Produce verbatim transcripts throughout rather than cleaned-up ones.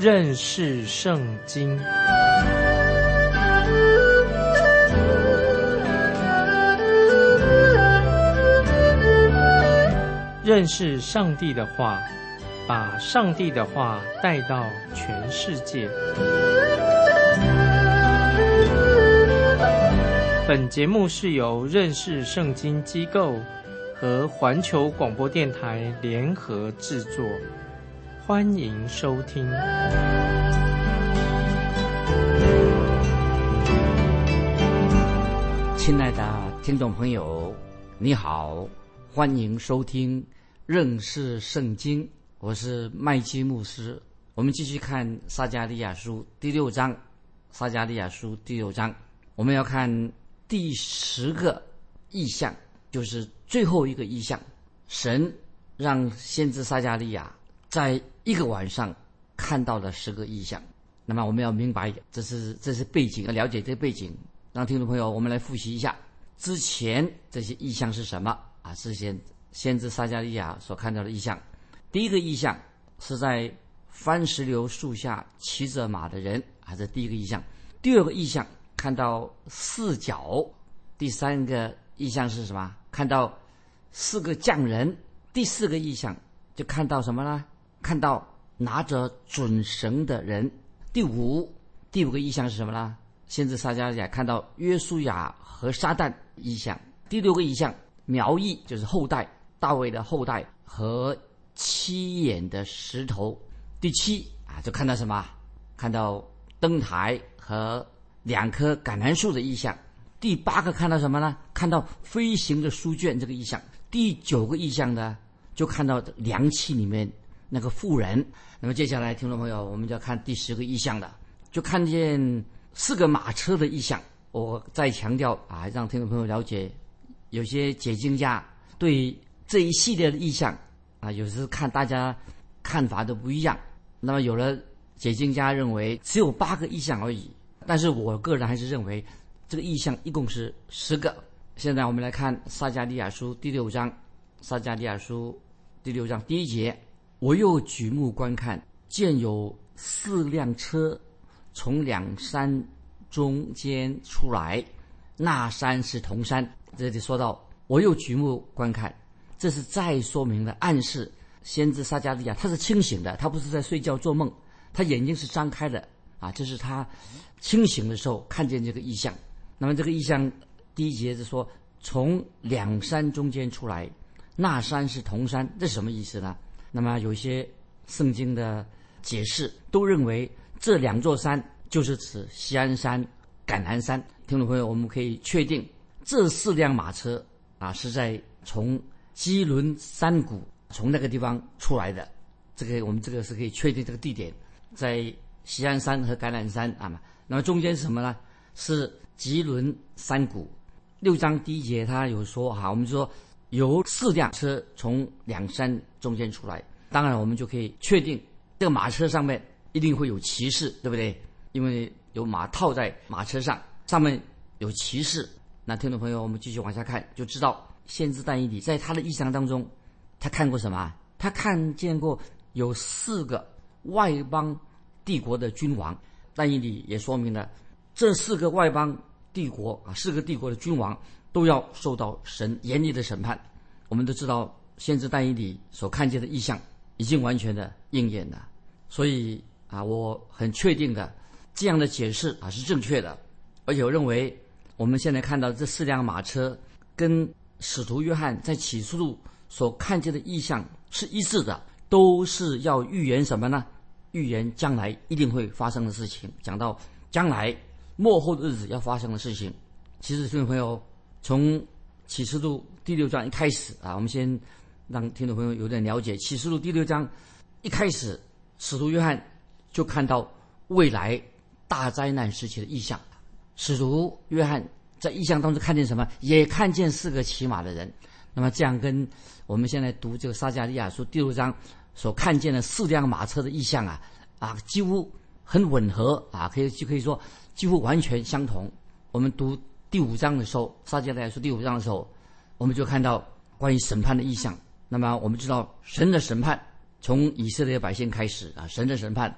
认识圣经。认识上帝的话，把上帝的话带到全世界。本节目是由认识圣经机构和环球广播电台联合制作，欢迎收听。 亲爱的听众朋友，你好，欢迎收听认识圣经，我是麦基牧师。我们继续看撒迦利亚书第六章，撒迦利亚书第六章，我们要看第十个异象，就是最后一个异象。神让先知撒迦利亚在一个晚上看到了十个异象。那么我们要明白，这是这是背景，要了解这个背景。让听众朋友，我们来复习一下之前这些异象是什么啊？之前先知撒迦利亚所看到的异象。第一个异象是在番石榴树下骑着马的人啊，这第一个异象。第二个异象看到四角。第三个异象是什么？看到四个匠人。第四个异象就看到什么呢？看到拿着准绳的人。第五第五个异象是什么呢？先知撒迦利亚看到约书亚和撒旦异象。第六个异象苗裔，就是后代，大卫的后代和七眼的石头。第七啊，就看到什么？看到灯台和两棵橄榄树的异象。第八个看到什么呢？看到飞行的书卷这个异象。第九个异象呢，就看到凉气里面那个妇人。那么接下来听众朋友，我们就要看第十个异象了，就看见四个马车的异象。我再强调啊，让听众朋友了解，有些解经家对这一系列的异象啊，有时看大家看法都不一样。那么有的解经家认为只有八个异象而已，但是我个人还是认为这个异象一共是十个。现在我们来看撒迦利亚书第六章，撒迦利亚书第六章第一节，我又举目观看，见有四辆车从两山中间出来，那山是同山。这里说到我又举目观看，这是再说明了暗示先知撒迦利亚他是清醒的，他不是在睡觉做梦，他眼睛是张开的啊，这是他清醒的时候看见这个异象。那么这个异象第一节是说从两山中间出来，那山是同山，这是什么意思呢？那么有些圣经的解释都认为这两座山就是指锡安山、橄榄山。听众朋友，我们可以确定这四辆马车啊是在从基伦山谷从那个地方出来的。这个我们这个是可以确定这个地点在锡安山和橄榄山啊。那么中间是什么呢？是基伦山谷。六章第一节他有说哈，我们说有四辆车从两山中间出来，当然我们就可以确定这个马车上面一定会有骑士，对不对？因为有马套在马车上，上面有骑士。那听众朋友，我们继续往下看，就知道先知但以理在他的异象当中，他看过什么？他看见过有四个外邦帝国的君王。但以理也说明了这四个外邦帝国啊，四个帝国的君王都要受到神严厉的审判。我们都知道先知但以理所看见的异象已经完全的应验了，所以啊，我很确定的这样的解释啊是正确的。而且我认为我们现在看到这四辆马车跟使徒约翰在启示录所看见的异象是一致的，都是要预言什么呢？预言将来一定会发生的事情，讲到将来末后的日子要发生的事情。其实听众朋友，从启示录第六章一开始啊，我们先让听众朋友有点了解。启示录第六章一开始，使徒约翰就看到未来大灾难时期的异象。使徒约翰在异象当中看见什么？也看见四个骑马的人。那么这样跟我们现在读这个撒迦利亚书第六章所看见的四辆马车的异象啊啊，几乎很吻合啊，可以就可以说几乎完全相同。我们读第五章的时候，撒迦利亚书第五章的时候，我们就看到关于审判的异象。那么我们知道神的审判从以色列百姓开始啊，神的审判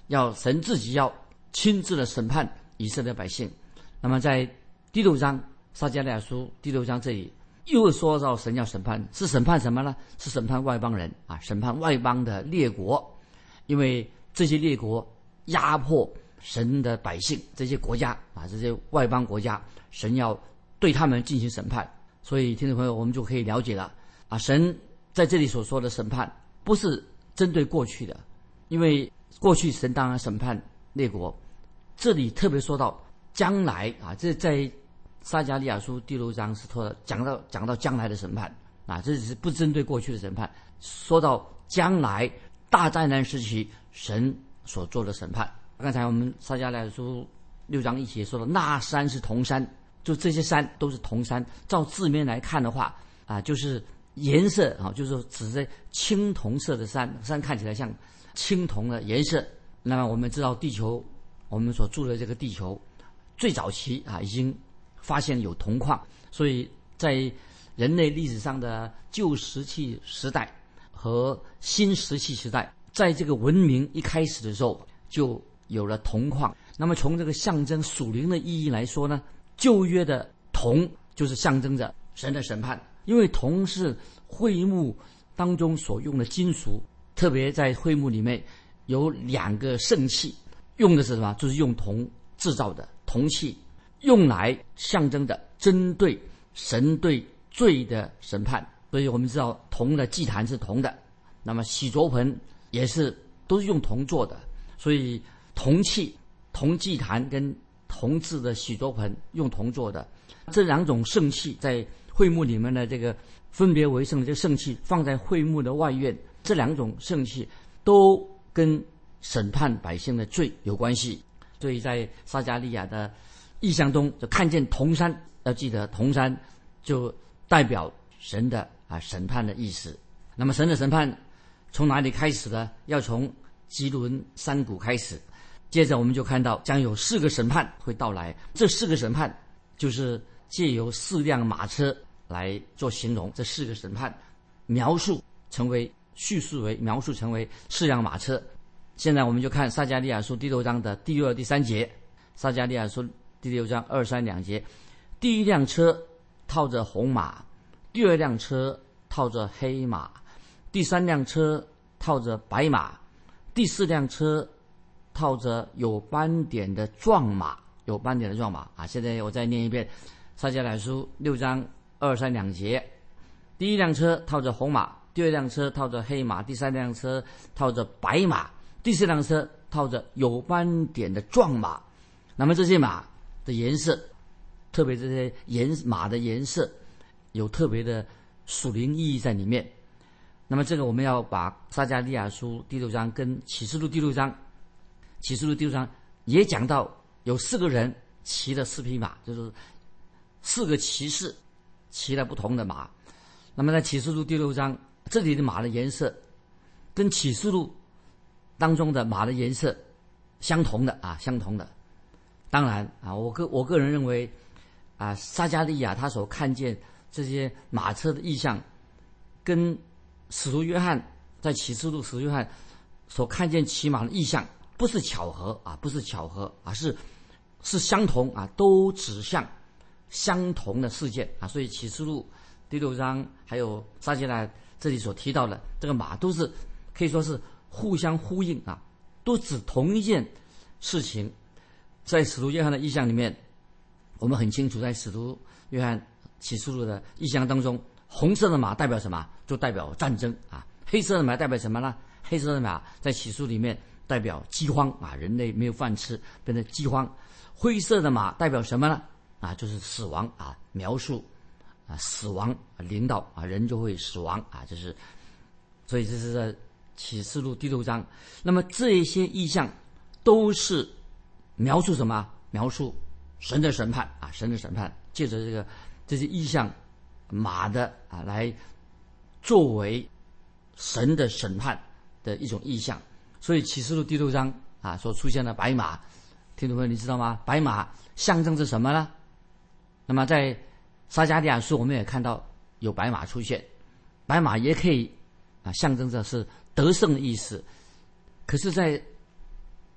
要神自己要亲自的审判以色列百姓。那么在第六章撒迦利亚书第六章这里又说到神要审判，是审判什么呢？是审判外邦人啊，审判外邦的列国，因为这些列国压迫神的百姓，这些国家啊，这些外邦国家，神要对他们进行审判。所以听众朋友，我们就可以了解了啊，神在这里所说的审判不是针对过去的，因为过去神当然审判列国，这里特别说到将来啊，这在撒迦利亚书第六章是说讲到讲到将来的审判啊，这只是不针对过去的审判，说到将来大灾难时期神所做的审判。刚才我们撒迦利亚书六章一节说的那山是铜山，就这些山都是铜山，照字面来看的话啊，就是颜色啊，就是指着青铜色的山，山看起来像青铜的颜色。那么我们知道地球，我们所住的这个地球最早期啊已经发现有铜矿，所以在人类历史上的旧石器时代和新石器时代，在这个文明一开始的时候就有了铜矿。那么从这个象征属灵的意义来说呢，旧约的铜就是象征着神的审判，因为铜是会幕当中所用的金属，特别在会幕里面有两个圣器，用的是什么？就是用铜制造的铜器，用来象征着针对神对罪的审判。所以我们知道铜的祭坛是铜的，那么洗濯盆也是都是用铜做的，所以铜器、铜祭坛跟铜制的洗濯盆用铜做的，这两种圣器在会幕里面的这个分别为圣的这个圣器放在会幕的外院，这两种圣器都跟审判百姓的罪有关系。所以在撒迦利亚的意象中就看见铜山，要记得铜山就代表神的啊审判的意思。那么神的审判从哪里开始呢？要从基伦山谷开始，接着我们就看到将有四个审判会到来，这四个审判就是借由四辆马车来做形容，这四个审判描述成为叙述为描述成为四辆马车。现在我们就看撒迦利亚书第六章的第二、第三节。撒迦利亚书第六章二三两节，第一辆车套着红马，第二辆车套着黑马，第三辆车套着白马，第四辆车套着有斑点的壮马，有斑点的壮马啊！现在我再念一遍撒迦利亚书六章二三两节，第一辆车套着红马，第二辆车套着黑马，第三辆车套着白马，第四辆车套着有斑点的壮马。那么这些马的颜色，特别这些颜马的颜色有特别的属灵意义在里面。那么这个我们要把撒迦利亚书第六章跟启示录第六章，启示录第六章也讲到有四个人骑了四匹马，就是四个骑士骑了不同的马。那么在启示录第六章这里的马的颜色跟启示录当中的马的颜色相同的啊，相同的。当然啊，我个我个人认为啊，撒迦利亚他所看见这些马车的意象，跟使徒约翰在启示录使徒约翰所看见骑马的意象不是巧合啊，不是巧合啊，是是相同啊，都指向相同的事件啊。所以启示录第六章还有撒迦利亚这里所提到的这个马，都是可以说是互相呼应啊，都指同一件事情。在使徒约翰的意象里面，我们很清楚，在使徒约翰启示录的意象当中，红色的马代表什么？就代表战争啊。黑色的马代表什么呢？黑色的马在启示录里面代表饥荒啊，人类没有饭吃，变成饥荒。灰色的马代表什么呢？啊，就是死亡啊，描述啊死亡临到啊，人就会死亡啊，这是，所以这是在启示录第六章。那么这一些意象都是描述什么？描述神的审判啊，神的审判，借着这个这些意象马的啊来作为神的审判的一种意象。所以启示录第六章啊所出现的白马，听众朋友你知道吗？白马象征着什么呢？那么在撒迦利亚书我们也看到有白马出现，白马也可以啊象征着是得胜的意思。可是在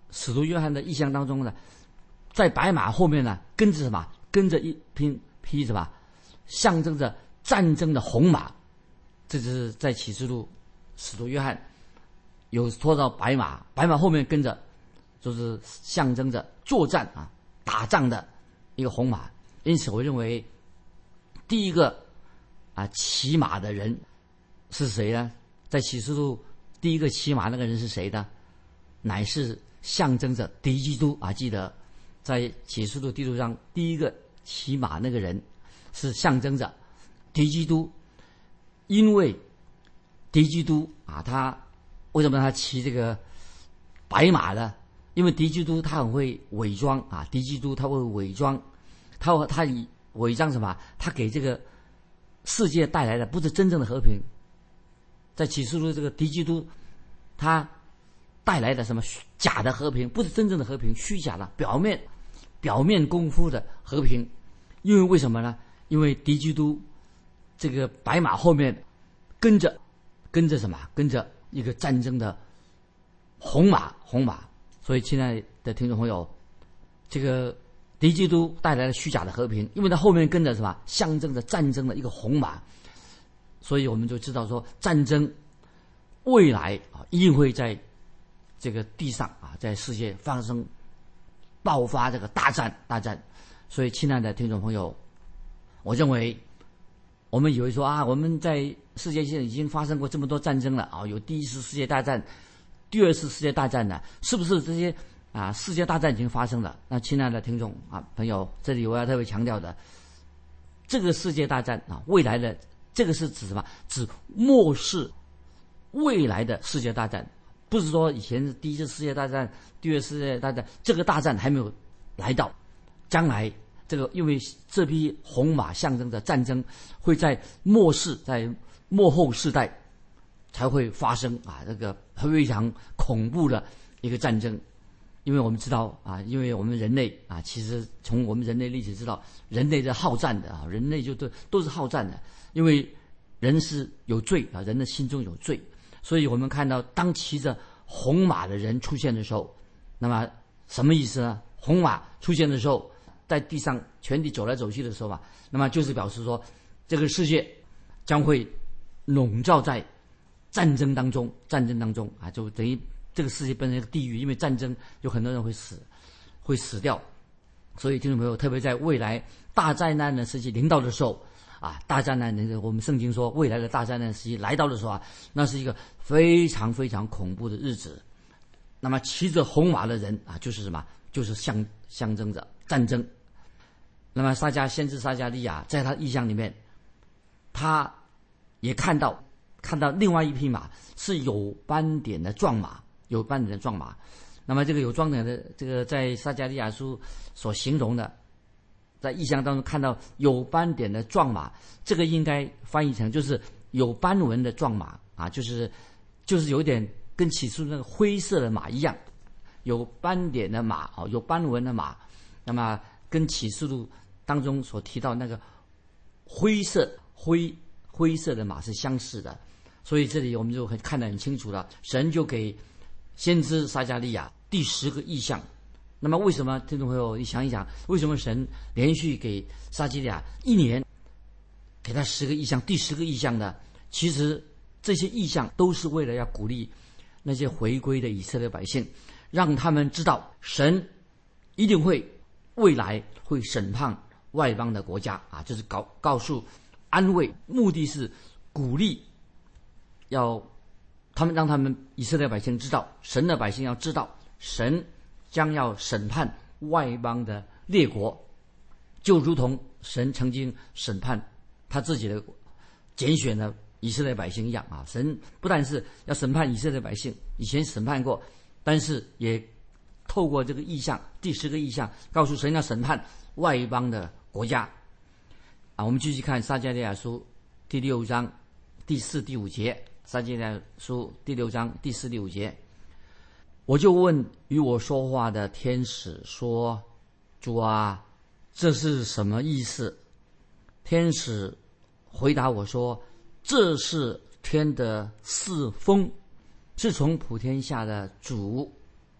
使徒约翰的意象当中呢，在白马后面呢跟着什么？跟着一匹匹什么？象征着战争的红马。这就是在启示录使徒约翰有拖到白马，白马后面跟着就是象征着作战啊、打仗的一个红马。因此我认为第一个啊骑马的人是谁呢？在启示录第一个骑马那个人是谁呢？乃是象征着敌基督啊！记得在启示录第六章第一个骑马那个人是象征着敌基督，因为敌基督啊，他为什么他骑这个白马呢？因为敌基督他很会伪装啊，敌基督他会伪装，他他以伪装什么？他给这个世界带来的不是真正的和平。在启示录这个敌基督，他带来的什么假的和平，不是真正的和平，虚假的表面表面功夫的和平。因为为什么呢？因为敌基督这个白马后面跟着跟着什么？跟着一个战争的红马，红马。所以亲爱的听众朋友，这个敌基督带来了虚假的和平，因为他后面跟着什么？象征着战争的一个红马。所以我们就知道说，战争未来啊，一定会在这个地上啊，在世界发生爆发这个大战大战。所以亲爱的听众朋友，我认为我们以为说啊，我们在世界上已经发生过这么多战争了啊，有第一次世界大战、第二次世界大战呢，是不是这些啊世界大战已经发生了？那亲爱的听众啊朋友，这里我要特别强调的，这个世界大战啊，未来的这个是指什么？指末世未来的世界大战，不是说以前第一次世界大战、第二次世界大战，这个大战还没有来到，将来这个因为这匹红马象征着战争会在末世，在末后世代才会发生啊，这个非常恐怖的一个战争。因为我们知道啊，因为我们人类啊，其实从我们人类历史知道，人类是好战的啊，人类就都都是好战的，因为人是有罪啊，人的心中有罪，所以我们看到当骑着红马的人出现的时候，那么什么意思呢？红马出现的时候，在地上全地走来走去的时候嘛，那么就是表示说，这个世界将会笼罩在战争当中，战争当中啊，就等于这个世界变成一个地狱，因为战争有很多人会死，会死掉。所以听众朋友，特别在未来大灾难的时期临到的时候啊，大灾难那个我们圣经说未来的大灾难时期来到的时候啊，那是一个非常非常恐怖的日子。那么骑着红马的人啊，就是什么？就是象象征着战争。那么撒迦先知撒迦利亚在他意象里面，他也看到看到另外一匹马是有斑点的壮马，有斑点的壮马。那么这个有斑点的这个在撒迦利亚书所形容的，在意象当中看到有斑点的壮马，这个应该翻译成就是有斑纹的壮马啊，就是就是有点跟起初那个灰色的马一样，有斑点的马啊，有斑纹的马。那么跟启示录当中所提到那个灰色灰灰色的马是相似的。所以这里我们就很看得很清楚了，神就给先知撒迦利亚第十个异象。那么为什么听众朋友你想一想，为什么神连续给撒迦利亚一年给他十个异象，第十个异象呢？其实这些异象都是为了要鼓励那些回归的以色列百姓，让他们知道神一定会未来会审判外邦的国家啊，就是告告诉安慰，目的是鼓励，要他们让他们以色列百姓知道，神的百姓要知道，神将要审判外邦的列国，就如同神曾经审判他自己的拣选的以色列百姓一样啊。神不但是要审判以色列百姓，以前审判过，但是也透过这个异象，第十个异象，告诉神要审判外邦的国家啊。我们继续看撒迦利亚书第六章第四、第五节。撒迦利亚书第六章第四、第五节，我就问与我说话的天使说：“主啊，这是什么意思？”天使回答我说：“这是天的四风，是从普天下的主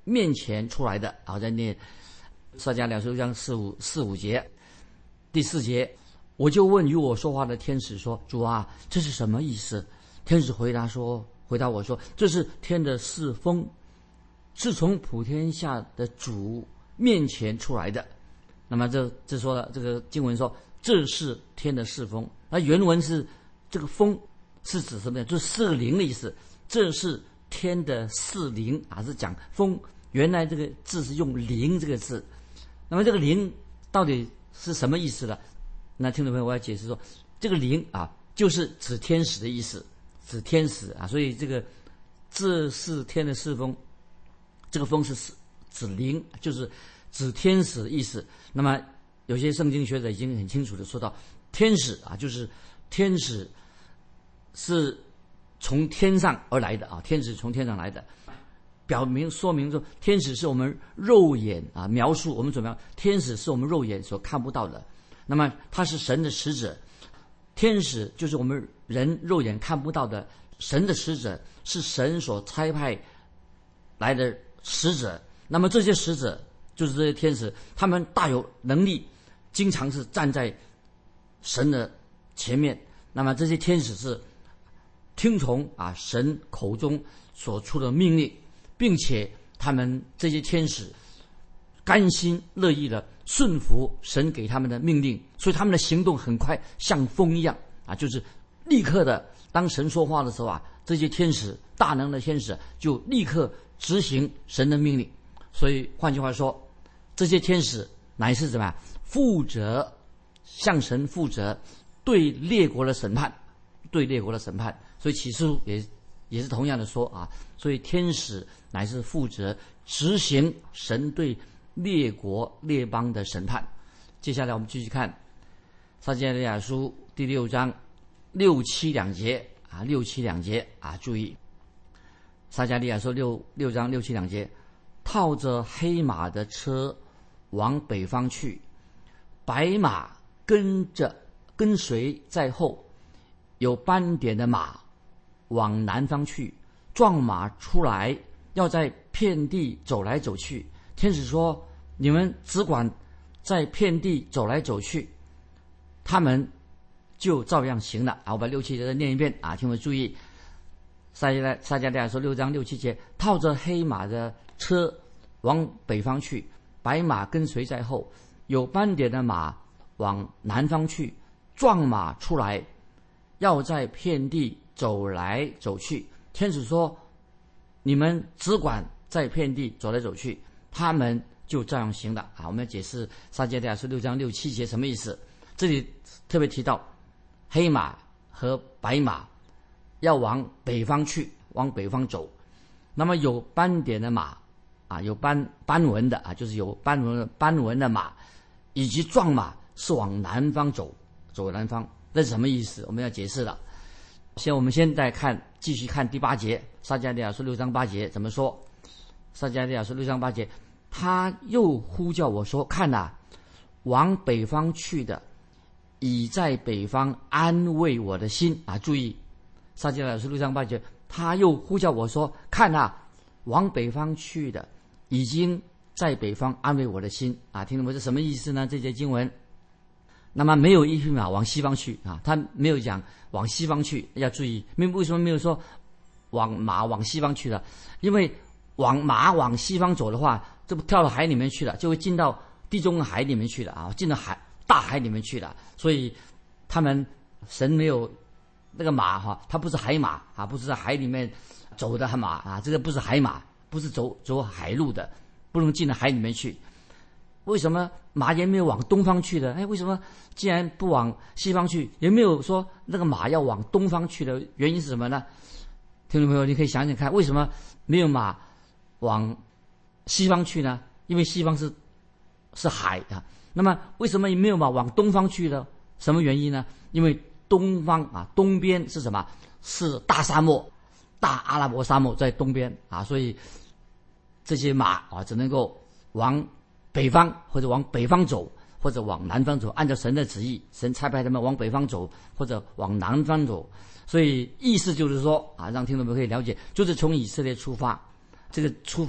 面前出来的。好，在念撒迦利亚书六章四五四五节，第四节，我就问与我说话的天使说：主啊，这是什么意思？天使回答说，回答我说，这是天的四风，是从普天下的主面前出来的。那么这这说了，这个经文说这是天的四风，那原文是这个风是指什么呢？就是四个灵的意思。这是天的四灵啊，是讲风。原来这个字是用灵这个字，那么这个灵到底是什么意思呢？那听众朋友，我要解释说，这个灵啊，就是指天使的意思，指天使啊。所以这个这是天的四风，这个风是指灵，就是指天使的意思。那么有些圣经学者已经很清楚的说到，天使啊，就是天使是从天上而来的啊，天使从天上来的，表明说明说，天使是我们肉眼啊描述我们怎么样？天使是我们肉眼所看不到的，那么他是神的使者，天使就是我们人肉眼看不到的，神的使者是神所差派来的使者。那么这些使者就是这些天使，他们大有能力，经常是站在神的前面。那么这些天使是听从啊神口中所出的命令，并且他们这些天使甘心乐意的顺服神给他们的命令，所以他们的行动很快，像风一样啊，就是立刻的，当神说话的时候啊，这些天使大能的天使就立刻执行神的命令。所以换句话说，这些天使乃是怎么样负责向神负责对列国的审判，对列国的审判。所以启示录也也是同样的说啊，所以天使乃是负责执行神对列国列邦的审判。接下来我们继续看撒迦利亚书第六章六七两节啊，六七两节啊，注意撒迦利亚书六六章六七两节，套着黑马的车往北方去，白马跟着跟随在后，有斑点的马往南方去，壮马出来，要在遍地走来走去。天使说，你们只管在遍地走来走去，他们就照样行了啊。我把六七节再念一遍啊，请我注意。撒迦撒迦利亚说六章六七节，套着黑马的车往北方去，白马跟随在后，有斑点的马往南方去，壮马出来，要在遍地走来走去。天使说，你们只管在遍地走来走去，他们就这样行了啊。我们要解释撒迦利亚书六章六七节什么意思。这里特别提到黑马和白马要往北方去，往北方走。那么有斑点的马啊，有斑斑纹的啊，就是有斑纹斑纹的马，以及壮马是往南方走，走南方。这是什么意思？我们要解释了。先我们现在看，继续看第八节，撒迦利亚书六章八节怎么说？撒迦利亚书六章八节，他又呼叫我说：“看哪、啊，往北方去的，已在北方安慰我的心啊！”注意，撒迦利亚书六章八节，他又呼叫我说：“看哪、啊，往北方去的，已经在北方安慰我的心啊！”听懂没？这什么意思呢？这节经文。那么没有一匹马往西方去啊，他没有讲往西方去，要注意，为什么没有说往马往西方去了？因为往马往西方走的话，这不跳到海里面去了，就会进到地中海里面去了啊，进到海大海里面去了。所以他们神没有那个马哈，它不是海马啊，不是在海里面走的马啊，这个不是海马，不是走走海路的，不能进到海里面去。为什么马也没有往东方去的？哎，为什么既然不往西方去，也没有说那个马要往东方去的原因是什么呢？听众朋友，你可以想想看，为什么没有马往西方去呢？因为西方是是海啊。那么为什么没有马往东方去呢？什么原因呢？因为东方啊，东边是什么？是大沙漠，大阿拉伯沙漠在东边啊，所以这些马啊只能够往北方，或者往北方走，或者往南方走，按照神的旨意，神差派他们往北方走，或者往南方走。所以意思就是说啊，让听众们可以了解，就是从以色列出发，这个出发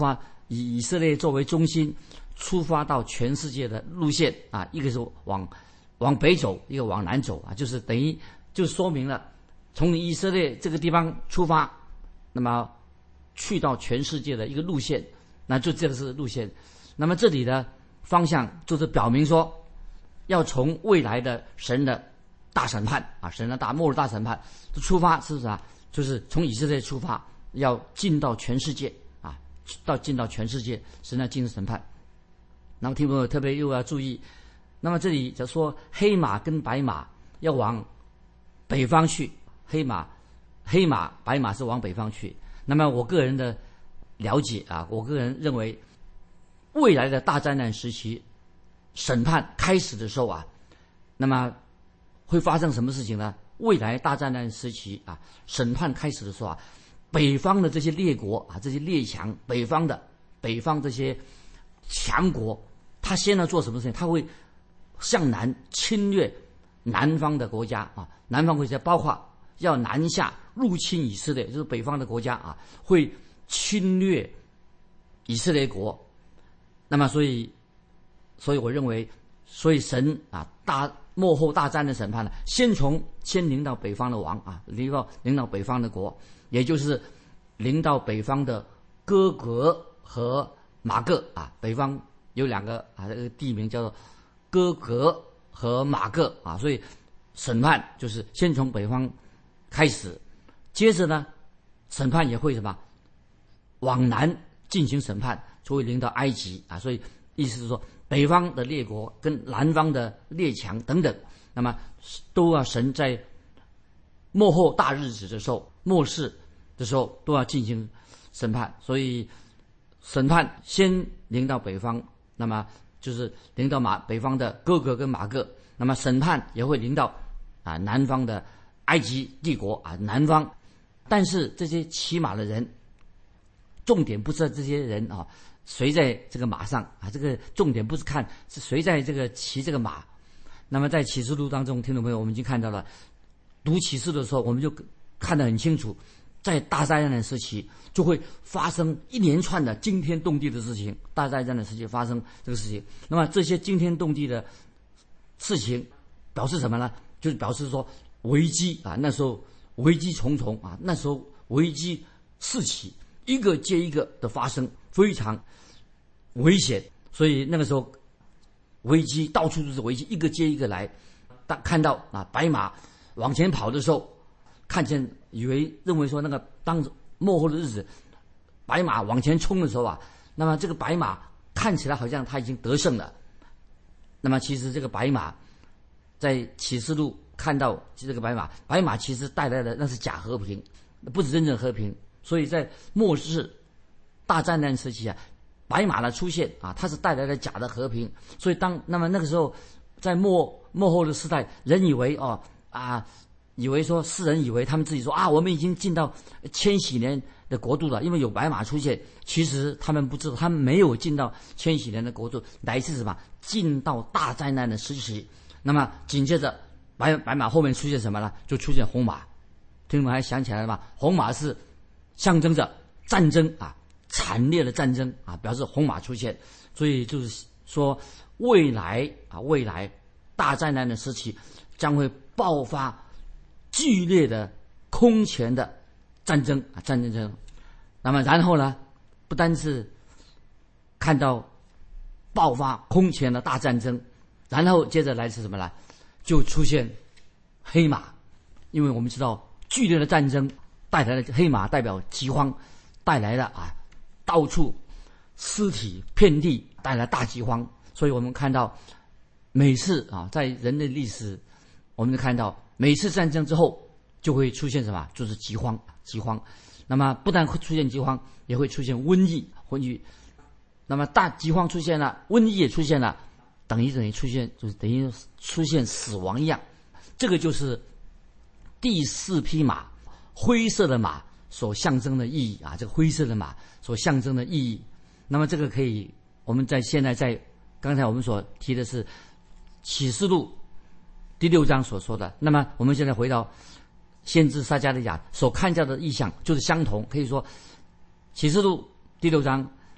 以以色列作为中心，出发到全世界的路线啊，一个是往往北走，一个往南走啊，就是等于就说明了从以色列这个地方出发，那么去到全世界的一个路线，那就这个是路线。那么这里的方向就是表明说，要从未来的神的大审判啊，神的大末日大审判出发，是不是啊？就是从以色列出发，要进到全世界啊，到进到全世界，神要进行审判。然后听众朋友特别又要注意，那么这里就说黑马跟白马要往北方去，黑马、黑马、白马是往北方去。那么我个人的了解啊，我个人认为，未来的大灾难时期，审判开始的时候啊，那么会发生什么事情呢？未来大灾难时期啊，审判开始的时候啊，北方的这些列国啊，这些列强，北方的北方这些强国，他先要做什么事情？他会向南侵略南方的国家啊，南方国家包括要南下入侵以色列，就是北方的国家啊，会侵略以色列国。那么所以，所以我认为，所以神啊，大末后大战的审判呢，先从先临到北方的王啊，临到临到北方的国，也就是临到北方的哥格和马各啊，北方有两个啊，这个地名叫做哥格和马各啊，所以审判就是先从北方开始，接着呢，审判也会什么往南进行审判，就会临到埃及啊，所以意思是说，北方的列国跟南方的列强等等，那么都要神在末后大日子的时候，末世的时候都要进行审判，所以审判先临到北方，那么就是临到马北方的哥格跟马各，那么审判也会临到啊南方的埃及帝国啊南方，但是这些骑马的人，重点不是这些人啊谁在这个马上啊，这个重点不是看是谁在这个骑这个马。那么在启示录当中，听众朋友，我们已经看到了，读启示的时候，我们就看得很清楚，在大灾难的时期就会发生一连串的惊天动地的事情，大灾难的时期发生这个事情。那么这些惊天动地的事情表示什么呢？就是表示说危机啊，那时候危机重重啊，那时候危机四起，一个接一个的发生，非常危险。所以那个时候危机到处都是危机，一个接一个来。当看到啊白马往前跑的时候，看见以为认为说那个当末后的日子，白马往前冲的时候啊，那么这个白马看起来好像他已经得胜了。那么其实这个白马在启示录看到这个白马，白马其实带来的那是假和平，不是真正和平。所以在末世大灾难时期啊，白马的出现啊，它是带来了假的和平。所以当那么那个时候，在末末后的时代，人以为哦啊，以为说世人以为他们自己说啊，我们已经进到千禧年的国度了，因为有白马出现。其实他们不知道，他们没有进到千禧年的国度，乃是什么？进到大灾难的时期。那么紧接着白白马后面出现什么呢？就出现红马。听众们还想起来了吗？红马是象征着战争啊，惨烈的战争啊，表示红马出现。所以就是说，未来啊，未来大灾难的时期将会爆发剧烈的空前的战争啊，战争。那么然后呢，不单是看到爆发空前的大战争，然后接着来是什么呢？就出现黑马，因为我们知道剧烈的战争带来的黑马代表饥荒，带来了啊到处尸体遍地，带来大饥荒。所以我们看到每次啊在人类历史，我们就看到每次战争之后就会出现什么？就是饥荒，饥荒。那么不但会出现饥荒，也会出现瘟疫，瘟疫。那么大饥荒出现了，瘟疫也出现了，等于等于出现就是等于出现死亡一样。这个就是第四匹马，灰色的马所象征的意义啊，这个灰色的马所象征的意义。那么这个可以，我们在现在在刚才我们所提的是启示录第六章所说的。那么我们现在回到先知撒迦利亚所看到的意象，就是相同。可以说启示录第六章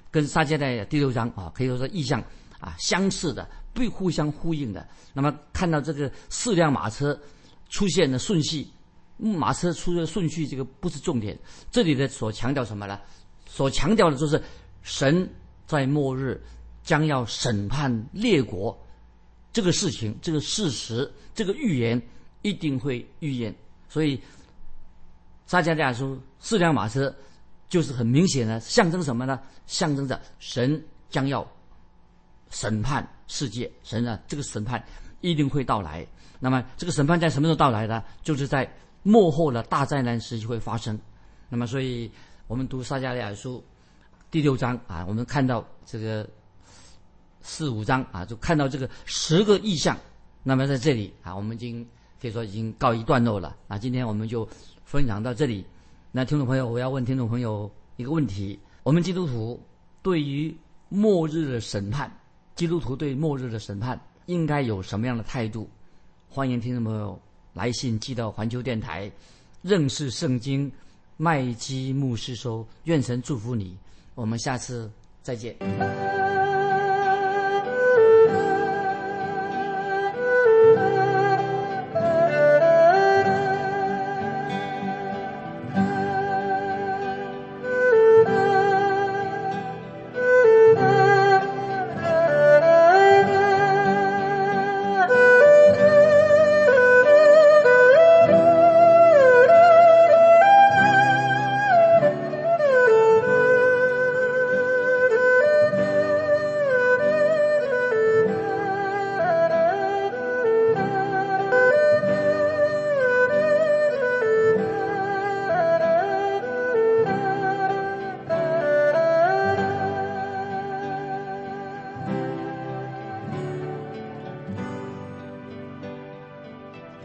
跟撒迦利亚第六章啊，可以说是意象啊相似的，不互相呼应的。那么看到这个四辆马车出现的顺序，马车出的顺序这个不是重点，这里的所强调什么呢？所强调的就是神在末日将要审判列国这个事情，这个事实，这个预言一定会预验。所以撒迦利亚书四辆马车就是很明显的象征什么呢？象征着神将要审判世界，神呢这个审判一定会到来。那么这个审判在什么时候到来呢？就是在末后的大灾难时期会发生。那么所以我们读撒迦利亚书第六章啊，我们看到这个四五章啊，就看到这个十个异象。那么在这里啊，我们已经可以说已经告一段落了。那今天我们就分享到这里。那听众朋友，我要问听众朋友一个问题：我们基督徒对于末日的审判，基督徒对末日的审判应该有什么样的态度？欢迎听众朋友来信寄到环球电台认识圣经麦基牧师收。愿神祝福你，我们下次再见。